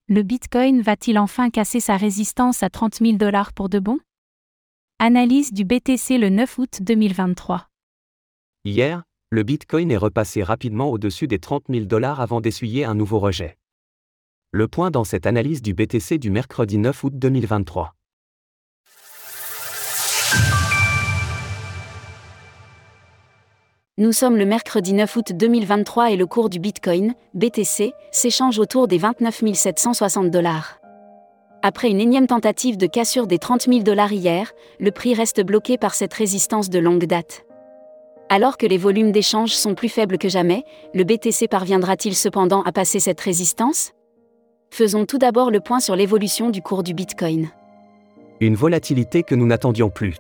Le Bitcoin va-t-il enfin casser sa résistance à 30 000 $ pour de bon? Analyse du BTC le 9 août 2023. Hier, le Bitcoin est repassé rapidement au-dessus des 30 000 $ avant d'essuyer un nouveau rejet. Le point dans cette analyse du BTC du mercredi 9 août 2023. Nous sommes le mercredi 9 août 2023 et le cours du Bitcoin, BTC, s'échange autour des 29 760 $. Après une énième tentative de cassure des 30 000 $ hier, le prix reste bloqué par cette résistance de longue date. Alors que les volumes d'échange sont plus faibles que jamais, le BTC parviendra-t-il cependant à passer cette résistance? Faisons tout d'abord le point sur l'évolution du cours du Bitcoin. Une volatilité que nous n'attendions plus.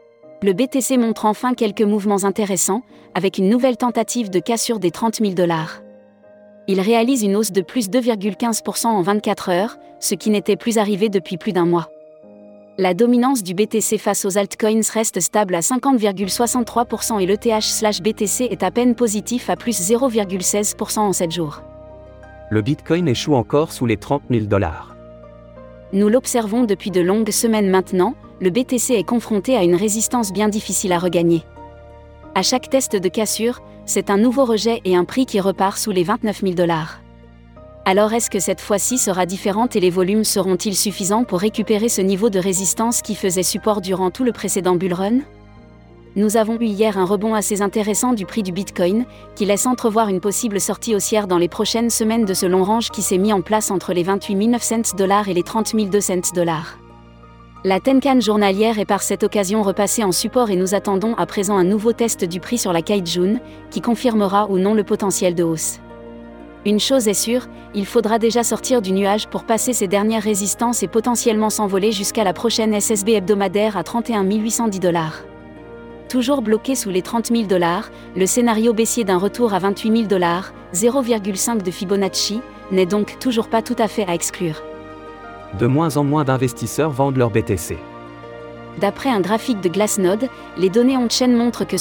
Le BTC montre enfin quelques mouvements intéressants, avec une nouvelle tentative de cassure des 30 000 $. Il réalise une hausse de plus 2,15% en 24 heures, ce qui n'était plus arrivé depuis plus d'un mois. La dominance du BTC face aux altcoins reste stable à 50,63% et l'ETH/BTC est à peine positif à plus 0,16% en 7 jours. Le Bitcoin échoue encore sous les 30 000 $. Nous l'observons depuis de longues semaines maintenant, le BTC est confronté à une résistance bien difficile à regagner. À chaque test de cassure, c'est un nouveau rejet et un prix qui repart sous les 29 000 $. Alors est-ce que cette fois-ci sera différente et les volumes seront-ils suffisants pour récupérer ce niveau de résistance qui faisait support durant tout le précédent bull run? Nous avons eu hier un rebond assez intéressant du prix du Bitcoin, qui laisse entrevoir une possible sortie haussière dans les prochaines semaines de ce long range qui s'est mis en place entre les 28 900 $ et les 30 200 $. La Tenkan journalière est par cette occasion repassée en support et nous attendons à présent un nouveau test du prix sur la Kijun, qui confirmera ou non le potentiel de hausse. Une chose est sûre, il faudra déjà sortir du nuage pour passer ces dernières résistances et potentiellement s'envoler jusqu'à la prochaine SSB hebdomadaire à 31 810 $. Toujours bloqué sous les 30 000 $, le scénario baissier d'un retour à 28 000 $, 0,5 de Fibonacci, n'est donc toujours pas tout à fait à exclure. De moins en moins d'investisseurs vendent leur BTC. D'après un graphique de Glassnode, les données on-chain montrent que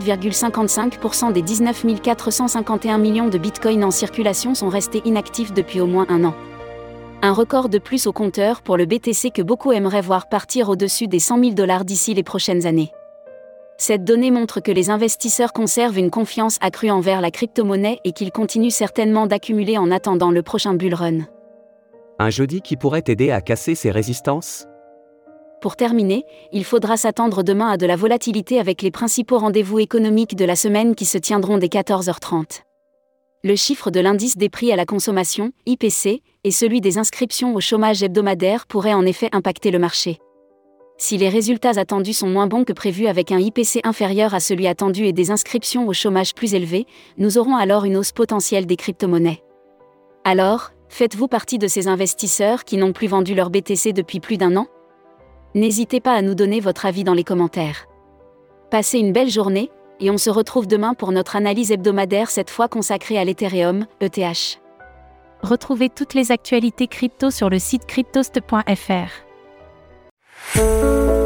68,55% des 19 451 millions de bitcoins en circulation sont restés inactifs depuis au moins un an. Un record de plus au compteur pour le BTC que beaucoup aimeraient voir partir au-dessus des 100 000 $ d'ici les prochaines années. Cette donnée montre que les investisseurs conservent une confiance accrue envers la crypto-monnaie et qu'ils continuent certainement d'accumuler en attendant le prochain bull run. Un jeudi qui pourrait aider à casser ces résistances? Pour terminer, il faudra s'attendre demain à de la volatilité avec les principaux rendez-vous économiques de la semaine qui se tiendront dès 14h30. Le chiffre de l'indice des prix à la consommation, IPC, et celui des inscriptions au chômage hebdomadaire pourraient en effet impacter le marché. Si les résultats attendus sont moins bons que prévu avec un IPC inférieur à celui attendu et des inscriptions au chômage plus élevées, nous aurons alors une hausse potentielle des crypto-monnaies. Alors, faites-vous partie de ces investisseurs qui n'ont plus vendu leur BTC depuis plus d'un an? N'hésitez pas à nous donner votre avis dans les commentaires. Passez une belle journée, et on se retrouve demain pour notre analyse hebdomadaire cette fois consacrée à l'Ethereum, ETH. Retrouvez toutes les actualités crypto sur le site cryptost.fr.